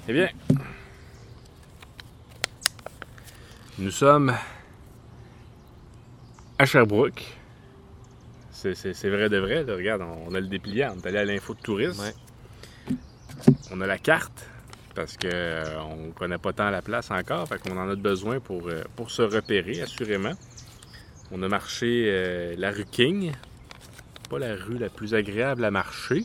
Eh bien, nous sommes à Sherbrooke. C'est vrai de vrai. Là. Regarde, on a le dépliant. On est allé à l'info de tourisme. Ouais. On a la carte parce qu'on ne connaît pas tant la place encore. Fait qu'on en a besoin pour se repérer, assurément. On a marché la rue King. Pas la rue la plus agréable à marcher.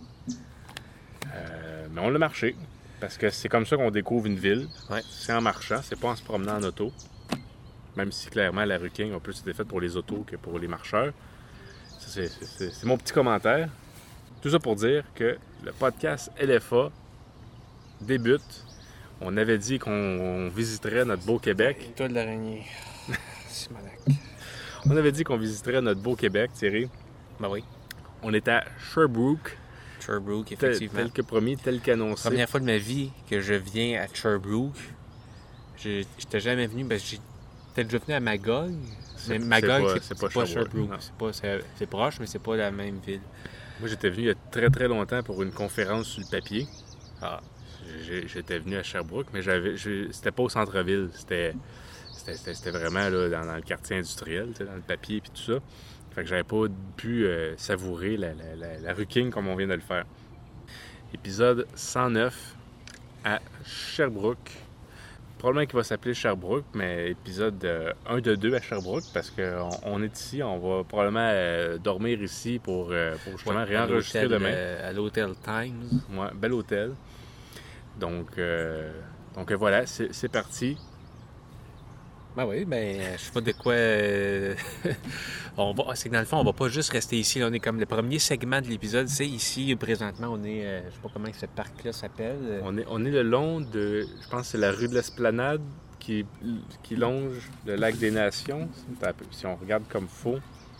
Mais on l'a marché. Parce que c'est comme ça qu'on découvre une ville. Ouais. C'est en marchant, c'est pas en se promenant en auto. Même si clairement la rue King a plus été faite pour les autos que pour les marcheurs. Ça, c'est mon petit commentaire. Tout ça pour dire que le podcast LFA débute. On avait dit qu'on visiterait notre beau Québec. Étoile de l'araignée. C'est malade. On avait dit qu'on visiterait notre beau Québec, Thierry. Ben oui. On est à Sherbrooke. Sherbrooke, effectivement. Tel que promis, tel qu'annoncé. Première fois de ma vie que je viens à Sherbrooke. J'étais jamais venu, parce que j'étais déjà venu à Magog. Mais Magog, c'est pas Sherbrooke. C'est proche, mais c'est pas la même ville. Moi, j'étais venu il y a très très longtemps pour une conférence sur le papier. Ah. J'étais venu à Sherbrooke, mais c'était pas au centre-ville. C'était vraiment là, dans le quartier industriel, dans le papier et tout ça. Fait que j'avais pas pu savourer la rue King comme on vient de le faire. Épisode 109 à Sherbrooke. Probablement qu'il va s'appeler Sherbrooke, mais épisode 1 de 2 à Sherbrooke, parce qu'on est ici, on va probablement dormir ici pour justement réenregistrer demain. À l'Hôtel Times. Ouais, bel hôtel. Donc voilà, c'est parti. Ben oui, je sais pas de quoi. C'est que dans le fond, on va pas juste rester ici. Là, on est comme le premier segment de l'épisode. C'est ici, présentement, on est. Je sais pas comment ce parc-là s'appelle. On est le long de. Je pense que c'est la rue de l'Esplanade qui longe le lac des Nations. Si on regarde comme faux.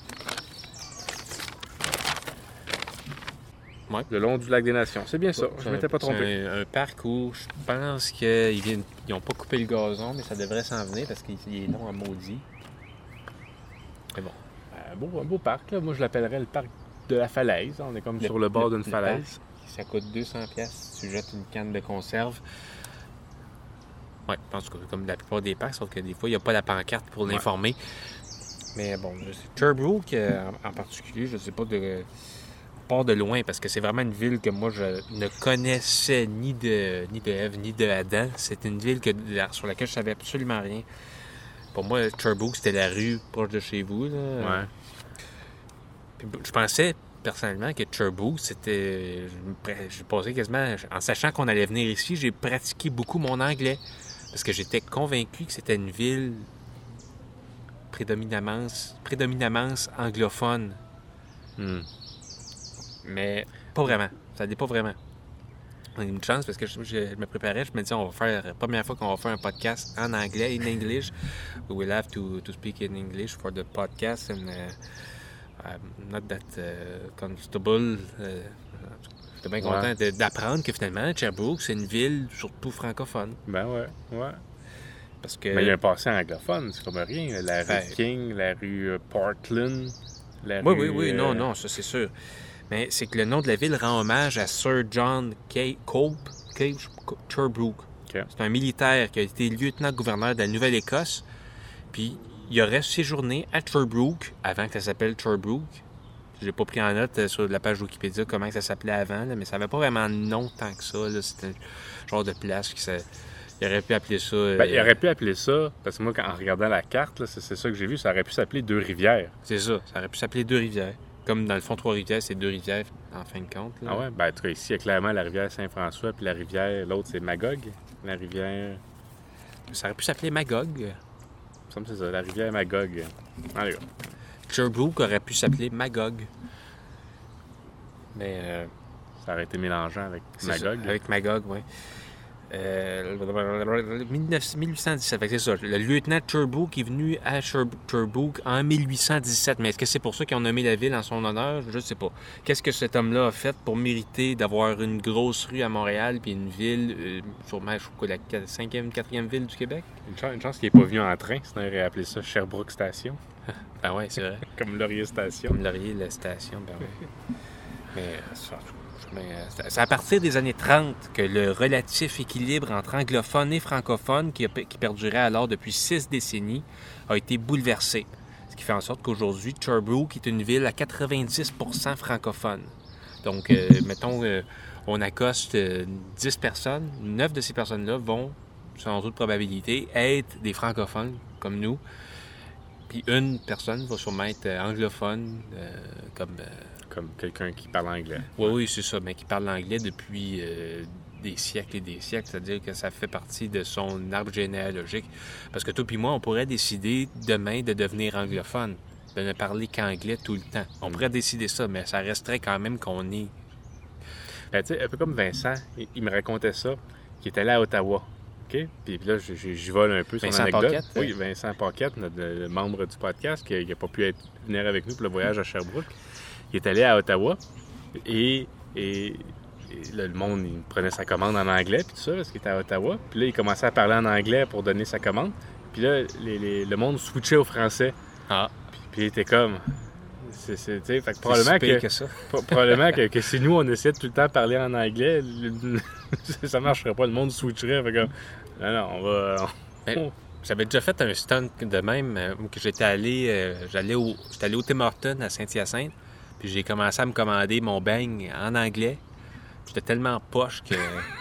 Ouais. Le long du lac des Nations. C'est bien ça. Je m'étais pas trompé. C'est un parc où je pense qu'ils n'ont pas coupé le gazon, mais ça devrait s'en venir parce qu'il est long à maudit. Mais bon. Un beau parc. Là. Moi, je l'appellerais le parc de la falaise. On est comme sur le bord d'une falaise. Ça coûte 200$ si tu jettes une canne de conserve. Oui, je pense que c'est comme la plupart des parcs, sauf que des fois, il n'y a pas la pancarte pour l'informer. Mais bon, Sherbrooke en particulier, je ne sais pas part de loin, parce que c'est vraiment une ville que moi, je ne connaissais ni de Ève, ni de Adam. C'est une ville sur laquelle je savais absolument rien. Pour moi, Sherbrooke, c'était la rue proche de chez vous. Là. Ouais. Puis, je pensais, personnellement, que Sherbrooke, c'était... Je pensais quasiment... En sachant qu'on allait venir ici, j'ai pratiqué beaucoup mon anglais. Parce que j'étais convaincu que c'était une ville prédominamment anglophone. Mais pas vraiment. Ça n'est pas vraiment. On a une chance parce que je me préparais. Je me disais, on va faire la première fois qu'on va faire un podcast en anglais, in English. We will have to speak in English for the podcast. And I'm not that comfortable. J'étais bien content d'apprendre que finalement, Sherbrooke, c'est une ville surtout francophone. Ben ouais. Parce que... Mais il y a un passé anglophone, c'est comme rien. La rue King, la rue Portland, la rue... Oui, non, ça c'est sûr. Mais c'est que le nom de la ville rend hommage à Sir John Cope Sherbrooke. Okay. C'est un militaire qui a été lieutenant-gouverneur de la Nouvelle-Écosse. Puis il aurait séjourné à Sherbrooke avant que ça s'appelle Sherbrooke. J'ai pas pris en note sur la page Wikipédia comment ça s'appelait avant, là, mais ça avait pas vraiment de nom tant que ça. Là. C'était le genre de place il aurait pu appeler ça... il aurait pu appeler ça, parce que moi, en regardant la carte, là, c'est ça que j'ai vu, ça aurait pu s'appeler Deux-Rivières. C'est ça aurait pu s'appeler Deux-Rivières. Comme dans le fond, Trois-Rivières, c'est Deux-Rivières, en fin de compte. Là. Ah ouais? Ben, en tout cas, ici, il y a clairement la rivière Saint-François, puis la rivière, l'autre, c'est Magog. La rivière... Ça aurait pu s'appeler Magog. Il me semble que c'est ça, la rivière Magog. Allez, Sherbrooke aurait pu s'appeler Magog. Mais... ça aurait été mélangeant avec Magog. Ça, avec Magog, oui. 1817, c'est ça. Le lieutenant Sherbrooke est venu à Sherbrooke en 1817. Mais est-ce que c'est pour ça qu'ils ont nommé la ville en son honneur? Je ne sais pas. Qu'est-ce que cet homme-là a fait pour mériter d'avoir une grosse rue à Montréal puis une ville, sûrement, je crois, la 5e, 4e ville du Québec? Une chance qu'il n'est pas venu en train, sinon il aurait appelé ça Sherbrooke Station. Ben ouais, c'est vrai. Comme Laurier Station. Comme Laurier, la station, ben ouais. Mais C'est à partir des années 30 que le relatif équilibre entre anglophones et francophones, qui perdurait alors depuis 6 décennies, a été bouleversé. Ce qui fait en sorte qu'aujourd'hui, Sherbrooke est une ville à 90% francophone. Donc, mettons, on accoste 10 personnes, 9 de ces personnes-là vont, sans toute probabilité, être des francophones comme nous. Puis une personne va sûrement être anglophone, Comme quelqu'un qui parle anglais. Oui, c'est ça, mais qui parle anglais depuis des siècles et des siècles. C'est-à-dire que ça fait partie de son arbre généalogique. Parce que toi puis moi, on pourrait décider demain de devenir anglophone, de ne parler qu'anglais tout le temps. On pourrait décider ça, mais ça resterait quand même qu'on est... Ben, tu sais, un peu comme Vincent, il me racontait ça, qu'il est allé à Ottawa. OK? Puis là, j'y vole un peu son Vincent anecdote. Paquette, oui, Vincent Paquette, le membre du podcast, qui n'a pas pu venir avec nous pour le voyage à Sherbrooke. Il est allé à Ottawa et là, le monde, il prenait sa commande en anglais, puis tout ça, parce qu'il était à Ottawa. Puis là, il commençait à parler en anglais pour donner sa commande. Puis là, le monde switchait au français. Ah. Puis il était comme... fait que probablement que ça. probablement que si nous, on essayait de tout le temps parler en anglais, ça marcherait pas. Le monde switcherait. Fait que, non, on va... J'avais déjà fait un stunt de même où j'étais allé, j'étais allé au Tim Hortons à Saint-Hyacinthe, puis j'ai commencé à me commander mon beigne en anglais. J'étais tellement poche que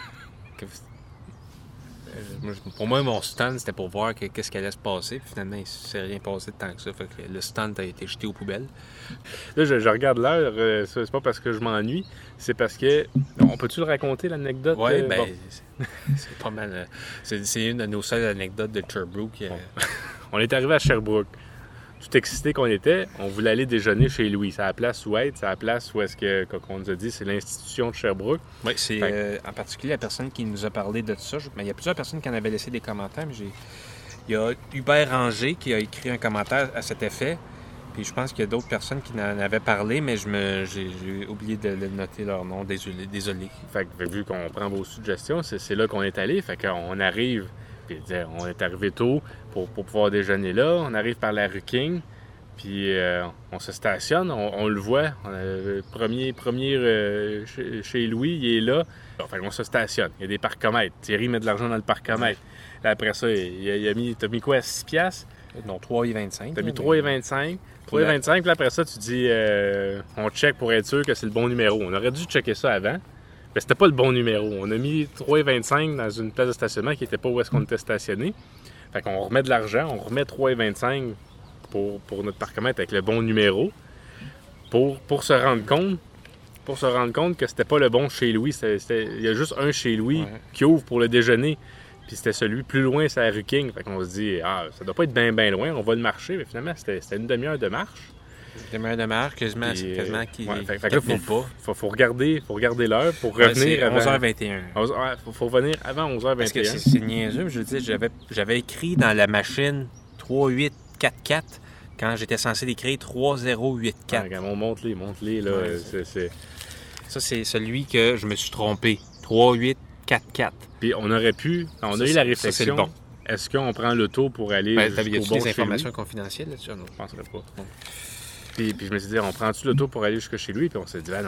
pour moi, mon stunt, c'était pour voir qu'est-ce qui allait se passer. Puis finalement, il ne s'est rien passé de tant que ça. Fait que le stunt a été jeté aux poubelles. Là, je regarde l'heure. C'est pas parce que je m'ennuie. C'est parce que... On peut-tu le raconter, l'anecdote? Oui, bon. c'est pas mal. C'est une de nos seules anecdotes de Sherbrooke. On est arrivé à Sherbrooke. Tout excité qu'on était, on voulait aller déjeuner chez Louis. C'est à la place où être, c'est à la place où est-ce que, qu'on nous a dit, c'est l'institution de Sherbrooke. Oui, c'est en particulier la personne qui nous a parlé de ça. Mais il y a plusieurs personnes qui en avaient laissé des commentaires, mais il y a Hubert Ranger qui a écrit un commentaire à cet effet. Puis je pense qu'il y a d'autres personnes qui en avaient parlé, mais j'ai oublié de noter leur nom. Désolé. Fait que vu qu'on prend vos suggestions, c'est là qu'on est allé. Fait qu'on arrive... Puis on est arrivé tôt pour pouvoir déjeuner là. On arrive par la rue King, puis on se stationne, on le voit. Premier chez Louis, il est là. Fait qu'on se stationne. Il y a des parcomètres. Thierry met de l'argent dans le parcomètre. Là, après ça, t'as mis quoi, 6 piastres? Non, 3,25. T'as mis 3,25. 3,25, puis après ça, tu dis, on check pour être sûr que c'est le bon numéro. On aurait dû checker ça avant. Mais c'était pas le bon numéro. On a mis 3,25 dans une place de stationnement qui n'était pas où est-ce qu'on était stationné. Fait qu'on remet de l'argent, on remet 3,25 pour notre parcomètre avec le bon numéro pour se rendre compte que c'était pas le bon chez Louis. Il y a juste un chez Louis qui ouvre pour le déjeuner. Puis c'était celui plus loin, c'est la rue King. Fait qu'on se dit, ça doit pas être bien loin, on va le marcher. Mais finalement, c'était une demi-heure de marche. Des mains de marche, quasiment qui fait que là, faut regarder l'heure pour revenir avant... 11h21. Faut revenir avant 11h21. Parce que c'est niaiseux, mais je veux dire, j'avais écrit dans la machine 3844 quand j'étais censé l'écrire 3084. Monte-les, là. Ça, c'est celui que je me suis trompé. 3844. Puis on aurait pu... On a eu la réflexion... Ça, c'est le bon. Est-ce qu'on prend l'auto pour aller jusqu'au bon des informations confidentielles là-dessus? Non, je penserais pas. Non. Puis je me suis dit, on prend-tu l'auto pour aller jusque chez lui? Puis on s'est dit, non,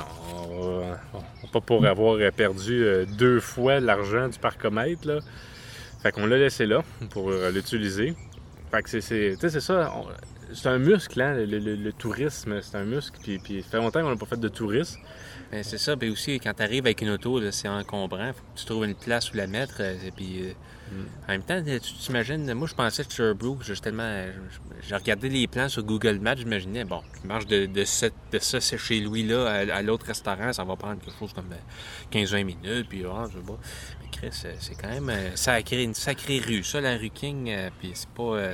pas pour avoir perdu 2 fois l'argent du parcomètre, là. Fait qu'on l'a laissé là pour l'utiliser. Fait que c'est ça, c'est un muscle, hein, le tourisme, c'est un muscle. Puis ça fait longtemps qu'on n'a pas fait de tourisme. Ben, c'est ça, puis aussi, quand tu arrives avec une auto, là, c'est encombrant. Faut que tu trouves une place où la mettre. Puis, en même temps, tu t'imagines, moi, je pensais que Sherbrooke, j'ai regardé les plans sur Google Maps, j'imaginais, bon, je marche de ça chez Louis-là à l'autre restaurant, ça va prendre quelque chose comme 15-20 minutes, puis je sais pas. Mais Chris, c'est quand même une sacrée rue. Ça, la rue King, puis c'est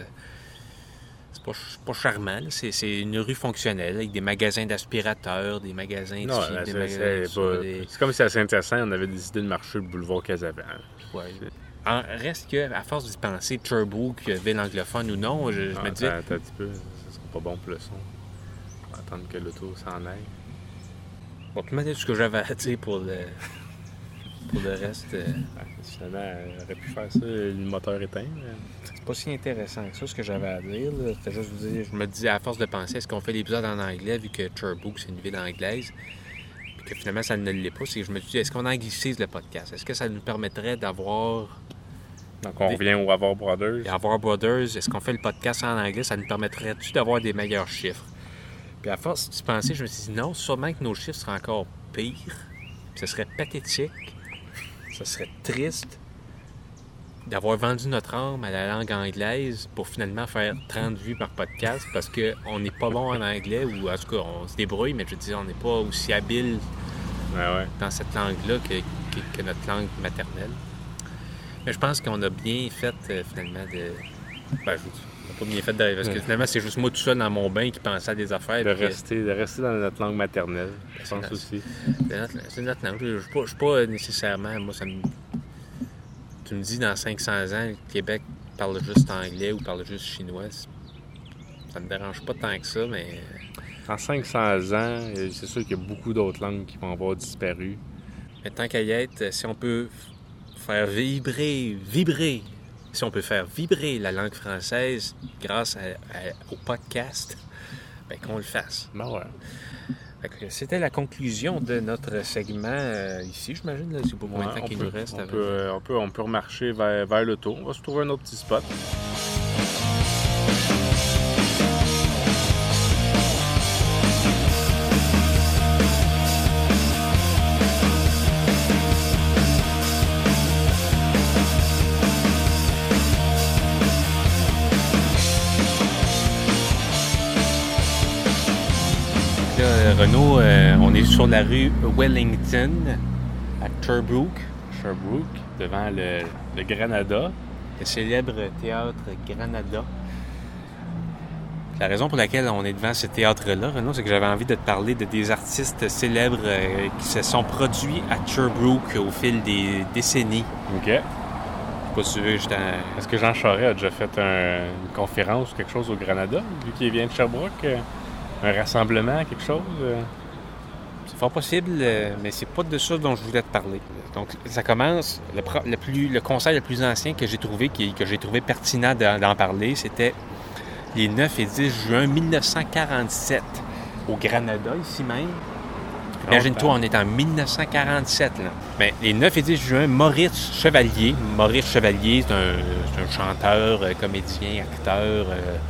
pas charmant. C'est une rue fonctionnelle avec des magasins d'aspirateurs, des magasins de c'est comme si à Saint-Hyacinthe, on avait décidé de marcher le boulevard Casavant. Ouais. Reste qu'à force d'y penser, Sherbrooke, ville anglophone ou non, je me dis... Attends un petit peu, ça sera pas bon pour le son. On va attendre que l'auto s'en aille. Bon, tu m'as dit ce que j'avais à dire pour le reste. Finalement, on aurait pu faire ça, le moteur éteint. C'est pas si intéressant que ça, ce que j'avais à dire. C'était juste vous dire, je me disais, à force de penser, est-ce qu'on fait l'épisode en anglais, vu que Sherbrooke, c'est une ville anglaise? puis que finalement ça ne l'est pas, c'est que je me suis dit, est-ce qu'on anglicise le podcast? Est-ce que ça nous permettrait d'avoir... Donc, on revient au Avoir Brothers. Et Avoir Brothers, est-ce qu'on fait le podcast en anglais? Ça nous permettrait-tu d'avoir des meilleurs chiffres? Puis à force d'y penser, je me suis dit non, sûrement que nos chiffres seraient encore pires. Ce serait pathétique. Ce serait triste d'avoir vendu notre âme à la langue anglaise pour finalement faire 30 vues par podcast parce qu'on n'est pas bon en anglais ou en tout cas, on se débrouille, mais je veux dire, on n'est pas aussi habile dans cette langue-là que notre langue maternelle. Mais je pense qu'on a bien fait, finalement, de... Ben, on n'a pas bien fait de... Parce que finalement, c'est juste moi tout seul dans mon bain qui pensais à des affaires. De rester dans notre langue maternelle, je pense aussi. C'est notre langue. Je ne suis pas nécessairement... Moi, ça me... Tu me dis, dans 500 ans, le Québec parle juste anglais ou parle juste chinois. Ça me dérange pas tant que ça, mais... En 500 ans, c'est sûr qu'il y a beaucoup d'autres langues qui vont avoir disparu. Mais tant qu'à y être, si on peut... faire vibrer, si on peut faire vibrer la langue française grâce au podcast, ben qu'on le fasse. Ben ouais. C'était la conclusion de notre segment ici, j'imagine. Là, c'est pas combien de temps qu'il nous reste. On peut remarcher vers le tour. On va se trouver un autre petit spot. Renaud, on est sur la rue Wellington, à Sherbrooke. Sherbrooke, devant le Granada. Le célèbre théâtre Granada. La raison pour laquelle on est devant ce théâtre-là, Renaud, c'est que j'avais envie de te parler de des artistes célèbres qui se sont produits à Sherbrooke au fil des décennies. OK. Je sais pas si tu veux, Est-ce que Jean Charest a déjà fait une conférence ou quelque chose au Granada, vu qu'il vient de Sherbrooke? Un rassemblement, quelque chose? C'est fort possible, mais c'est pas de ça dont je voulais te parler. Donc, ça commence... Le concert le plus ancien que j'ai trouvé, que j'ai trouvé pertinent d'en parler, c'était les 9 et 10 juin 1947, au Granada, ici même. Imagine-toi, on est en 1947, là. Mais les 9 et 10 juin, Maurice Chevalier, c'est un chanteur, comédien, acteur...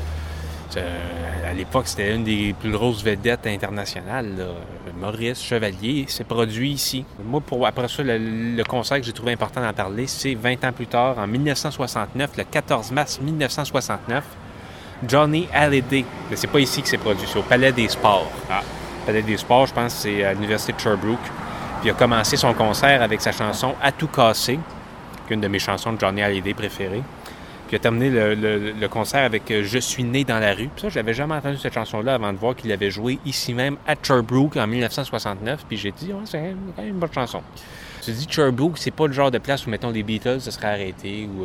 à l'époque, c'était une des plus grosses vedettes internationales, là. Maurice Chevalier s'est produit ici. Moi, après ça, le concert que j'ai trouvé important d'en parler, c'est 20 ans plus tard, en 1969, le 14 mars 1969, Johnny Hallyday. Mais c'est pas ici qu'il s'est produit, c'est au Palais des Sports. Palais des Sports, je pense que c'est à l'Université de Sherbrooke. Puis il a commencé son concert avec sa chanson « À tout casser », qui est une de mes chansons de Johnny Hallyday préférées. Puis il a terminé le concert avec « Je suis né dans la rue ». Puis ça, j'avais jamais entendu cette chanson-là avant de voir qu'il avait joué ici même à Sherbrooke en 1969. Puis j'ai dit, c'est quand même une bonne chanson. Tu dis Sherbrooke, c'est pas le genre de place où, mettons, les Beatles se seraient arrêtés ou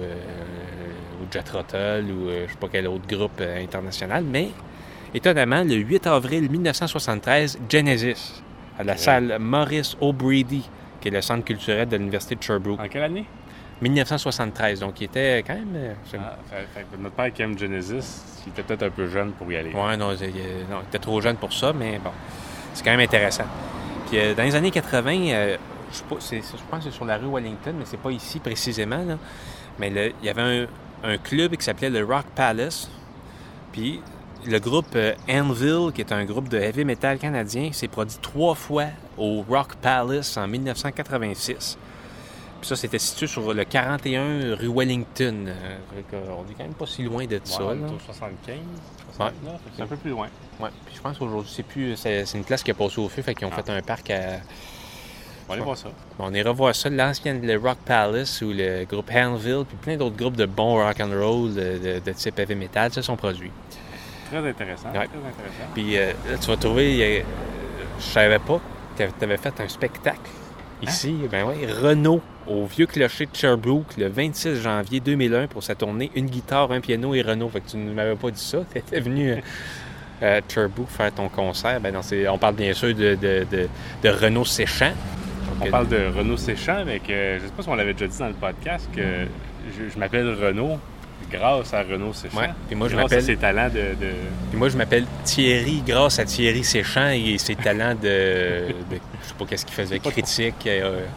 Jethro Tull ou je sais pas quel autre groupe international. Mais, étonnamment, le 8 avril 1973, Genesis, à la salle Maurice O'Brady, qui est le centre culturel de l'Université de Sherbrooke. En quelle année? 1973, donc il était quand même... notre père qui aime Genesis, il était peut-être un peu jeune pour y aller. Ouais, non, il était trop jeune pour ça, mais bon, c'est quand même intéressant. Puis dans les années 80, je pense que c'est sur la rue Wellington, mais c'est pas ici précisément, là. Mais il y avait un club qui s'appelait le Rock Palace, puis le groupe Anvil, qui est un groupe de heavy metal canadien, s'est produit 3 fois au Rock Palace en 1986. Puis ça, c'était situé sur le 41 rue Wellington. On est quand même pas si loin de ça. Ouais, au 75, 69, c'est un peu plus loin. Ouais. Puis je pense qu'aujourd'hui, c'est une place qui a passé au feu, fait qu'ils ont fait un parc à... On va aller voir ça. On ira voir ça, le Rock Palace ou le groupe Anvil, puis plein d'autres groupes de bons rock and roll de type heavy metal, ça sont produits. Très intéressant, ouais. Très intéressant. Puis là, tu vas trouver, je savais pas que tu avais fait un spectacle ici. Ben oui, Renaud, au Vieux Clocher de Sherbrooke, le 26 janvier 2001, pour sa tournée Une guitare, un piano et Renaud. Fait que tu ne m'avais pas dit ça, tu étais venu à Sherbrooke faire ton concert. Ben non, on parle bien sûr de Renaud Séchant. On parle de Renaud Séchant, mais je ne sais pas si on l'avait déjà dit dans le podcast, que je m'appelle Renaud. Grâce à Renaud Séchant. Ouais. Puis moi, je grâce à m'appelle... ses talents de... Puis moi, je m'appelle Thierry grâce à Thierry Séchant et ses talents de je sais pas qu'est-ce qu'il faisait, critique.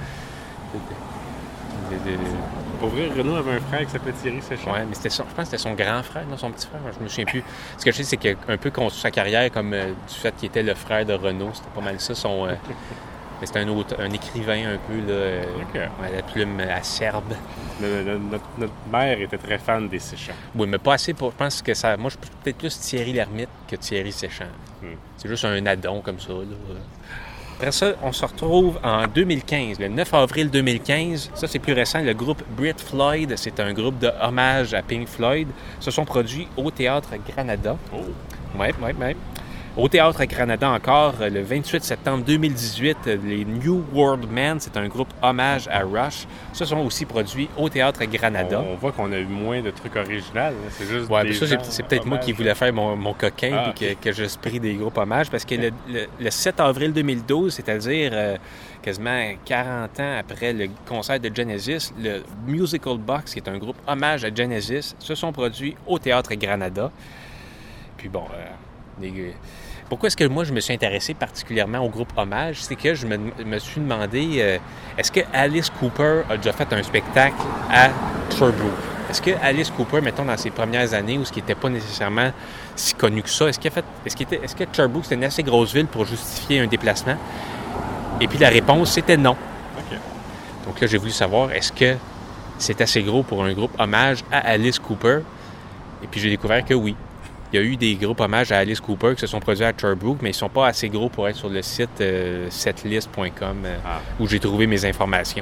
Pour vrai, Renaud avait un frère qui s'appelait Thierry Séchant. Ouais, mais je pense que c'était son grand frère, non, son petit frère. Je me souviens plus. Ce que je sais, c'est qu'il a un peu construit sa carrière comme du fait qu'il était le frère de Renaud. C'était pas mal ça. Mais c'était un écrivain un peu, là, à la plume acerbe. Notre mère était très fan des Séchants. Oui, mais pas assez pour... Je pense que ça... Moi, je suis peut-être plus Thierry Lhermitte que Thierry Séchant. C'est juste un addon comme ça, là. Après ça, on se retrouve en 2015, le 9 avril 2015. Ça, c'est plus récent. Le groupe Brit Floyd, c'est un groupe de hommage à Pink Floyd, se sont produits au Théâtre Granada. Oh! Oui. Au Théâtre Granada encore, le 28 septembre 2018, les New World Men, c'est un groupe hommage à Rush, se sont aussi produits au Théâtre Granada. On voit qu'on a eu moins de trucs originaux. C'est juste ouais, des ça, c'est peut-être moi qui voulais faire mon coquin puis que je pris des groupes hommages, parce que le 7 avril 2012, c'est-à-dire quasiment 40 ans après le concert de Genesis, le Musical Box, qui est un groupe hommage à Genesis, se sont produits au Théâtre Granada. Puis bon... Pourquoi est-ce que moi, je me suis intéressé particulièrement au groupe Hommage? C'est que je me suis demandé, est-ce que Alice Cooper a déjà fait un spectacle à Sherbrooke? Est-ce que Alice Cooper, mettons, dans ses premières années, où ce qui n'était pas nécessairement si connu que ça, est-ce que Sherbrooke, c'était une assez grosse ville pour justifier un déplacement? Et puis la réponse, c'était non. Okay. Donc là, j'ai voulu savoir, est-ce que c'est assez gros pour un groupe Hommage à Alice Cooper? Et puis j'ai découvert que oui. Il y a eu des groupes hommages à Alice Cooper qui se sont produits à Sherbrooke, mais ils ne sont pas assez gros pour être sur le site setlist.com où j'ai trouvé mes informations.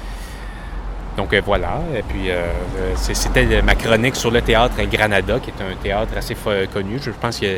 Donc voilà, et puis c'était ma chronique sur le théâtre Granada, qui est un théâtre assez connu. Je pense que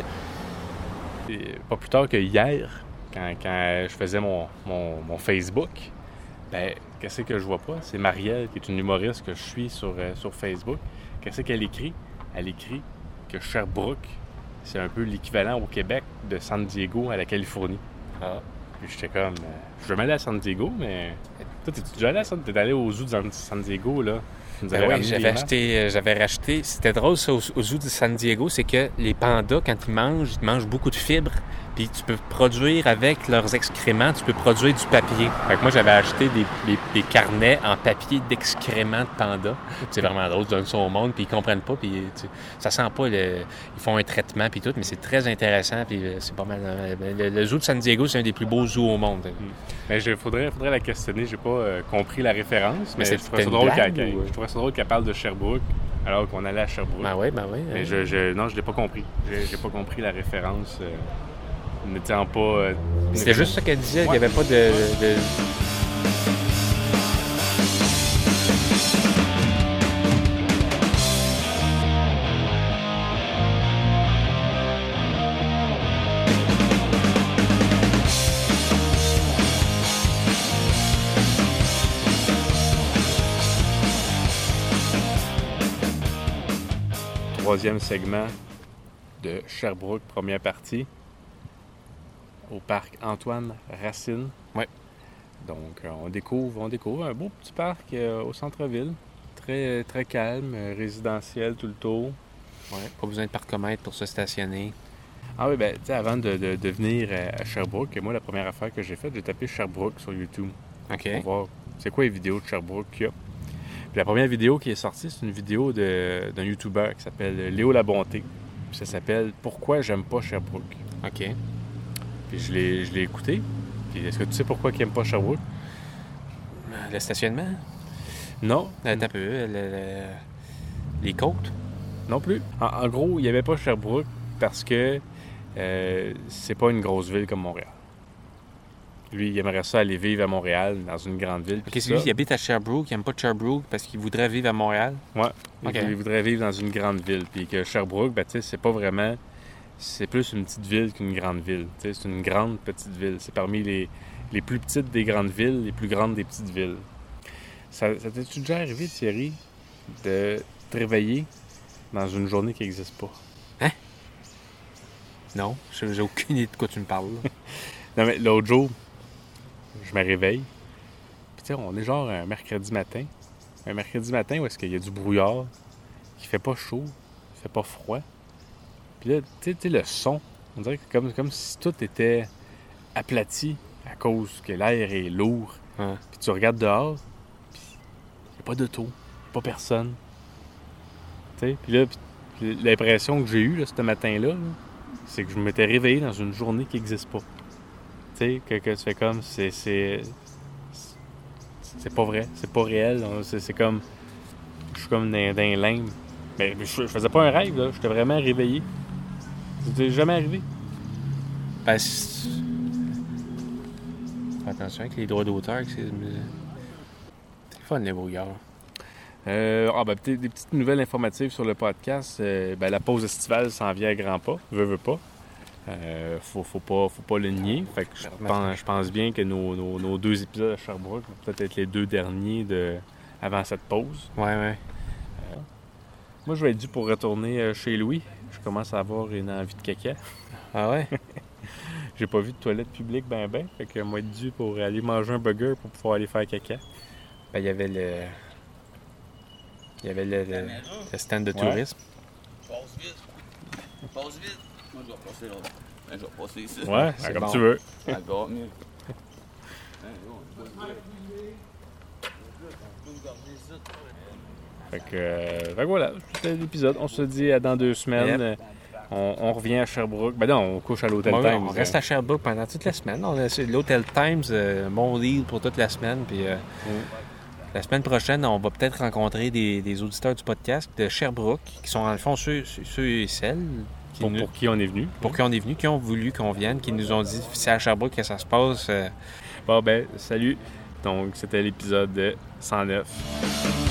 pas plus tard que hier, quand je faisais mon Facebook, ben qu'est-ce que je vois pas? C'est Marielle, qui est une humoriste que je suis sur Facebook. Qu'est-ce qu'elle écrit? Elle écrit que Sherbrooke, c'est un peu l'équivalent au Québec de San Diego à la Californie. Ah. Puis j'étais comme, je veux m'aller à San Diego, mais... Toi, t'es déjà allé à San Diego? T'es allé au zoo de San Diego, là? Ben oui, j'avais racheté... C'était drôle, ça, au zoo de San Diego, c'est que les pandas, quand ils mangent beaucoup de fibres, puis tu peux produire avec leurs excréments, tu peux produire du papier. Fait que moi, j'avais acheté des carnets en papier d'excréments de pandas. C'est vraiment drôle, ils donnent ça au monde, puis ils comprennent pas, puis ça sent pas, ils font un traitement, puis tout, mais c'est très intéressant, puis c'est pas mal. Le zoo de San Diego, c'est un des plus beaux zoos au monde. Mais faudrait la questionner, j'ai pas compris la référence, mais je trouvais ça drôle qu'elle parle de Sherbrooke, alors qu'on allait à Sherbrooke. Ben oui. Mais non, je l'ai pas compris. J'ai pas compris la référence. N'étant pas... C'était juste ça qu'elle disait, il n'y avait pas de... Troisième segment de Sherbrooke, première partie. Au parc Antoine-Racine. Oui. Donc, on découvre un beau petit parc au centre-ville. Très, très calme, résidentiel tout le tour. Oui, pas besoin de parcomètre pour se stationner. Ah oui, ben, tu sais, avant de venir à Sherbrooke, moi, la première affaire que j'ai faite, j'ai tapé Sherbrooke sur YouTube. OK. Pour voir c'est quoi les vidéos de Sherbrooke qu'il y a. Puis la première vidéo qui est sortie, c'est une vidéo d'un YouTuber qui s'appelle Léo Labonté. Puis ça s'appelle « Pourquoi j'aime pas Sherbrooke ». OK. Puis je l'ai écouté. Puis est-ce que tu sais pourquoi il n'aime pas Sherbrooke? Le stationnement? Non. Attends un peu. Les côtes? Non plus. En gros, il n'aimait pas Sherbrooke parce que c'est pas une grosse ville comme Montréal. Lui, il aimerait ça aller vivre à Montréal, dans une grande ville. OK, c'est lui qui habite à Sherbrooke, il n'aime pas Sherbrooke parce qu'il voudrait vivre à Montréal? Ouais. Okay. Il voudrait vivre dans une grande ville. Puis que Sherbrooke, ben, tu sais, c'est pas vraiment... C'est plus une petite ville qu'une grande ville. Tu sais, c'est une grande petite ville. C'est parmi les plus petites des grandes villes, les plus grandes des petites villes. Ça t'es-tu déjà arrivé, Thierry, de te réveiller dans une journée qui n'existe pas? Hein? Non, j'ai aucune idée de quoi tu me parles. Non, mais l'autre jour, je me réveille. Puis tu sais, on est genre un mercredi matin. Un mercredi matin où est-ce qu'il y a du brouillard. qu'il fait pas chaud, il fait pas froid. Puis là, tu sais, le son, on dirait que comme si tout était aplati à cause que l'air est lourd. Ouais. Puis tu regardes dehors, puis il n'y a pas d'auto, pas personne. Tu sais, puis là, l'impression que j'ai eue là, ce matin-là, là, c'est que je m'étais réveillé dans une journée qui n'existe pas. Tu sais, que tu fais comme, c'est pas vrai, c'est pas réel. C'est comme, je suis comme dans un limbe. Mais je faisais pas un rêve, là, j'étais vraiment réveillé. C'était jamais arrivé. Ben, fais attention avec les droits d'auteur. C'est le fun, les brouillards. Peut-être des petites nouvelles informatives sur le podcast. La pause estivale s'en vient à grands pas. Veux pas. Faut pas le nier. Fait que je pense bien que nos 2 épisodes à Sherbrooke vont peut-être être les 2 derniers avant cette pause. Ouais. Moi, je vais être dû pour retourner chez Louis. Je commence à avoir une envie de caca. Ah ouais? J'ai pas vu de toilette publique ben. Fait que moi, être dû pour aller manger un burger pour pouvoir aller faire caca. Ben, il y avait le stand de tourisme. Passe vite. Moi, je vais passer là. Je vais passer ici. Ouais, c'est comme bon. tu veux. Encore mieux. Fait que voilà, c'était l'épisode. On se dit à dans 2 semaines. Yep. On revient à Sherbrooke. Ben non, on couche à l'Hôtel Ouais, Times. on reste à Sherbrooke pendant toute la semaine. On a l'Hôtel Times, mon deal pour toute la semaine. Puis la semaine prochaine, on va peut-être rencontrer des auditeurs du podcast de Sherbrooke, qui sont dans le fond ceux et celles Pour qui on est venu. pour qui on est venu, qui ont voulu qu'on vienne, qui nous ont dit c'est à Sherbrooke que ça se passe. Bon, salut. Donc, c'était l'épisode 109.